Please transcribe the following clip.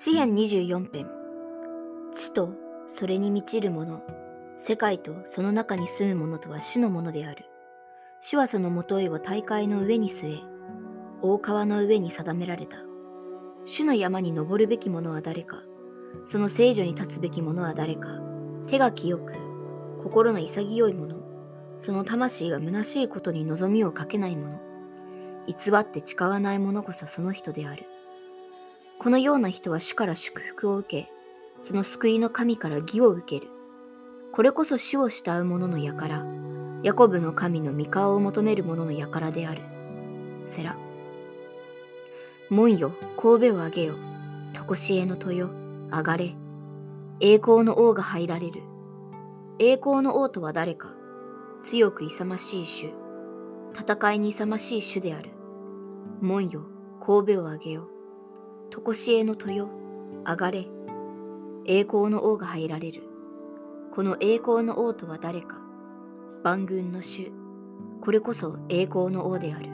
詩編24編。地とそれに満ちるもの、世界とその中に住むものとは主のものである。主はそのもといを大海の上に据え、大川の上に定められた。主の山に登るべき者は誰か、その聖女に立つべき者は誰か。手が清く、心の潔い者、その魂が虚しいことに望みをかけない者、偽って誓わない者こそその人である。このような人は主から祝福を受け、その救いの神から義を受ける。これこそ主を慕う者の輩、ヤコブの神の御顔を求める者の輩である。セラ。門よ、神戸を上げよ。常しえの豊、上がれ。栄光の王が入られる。栄光の王とは誰か。強く勇ましい主。戦いに勇ましい主である。門よ、神戸を上げよ。常しえの豊、上がれ。栄光の王が入られる。この栄光の王とは誰か。万軍の主。これこそ栄光の王である。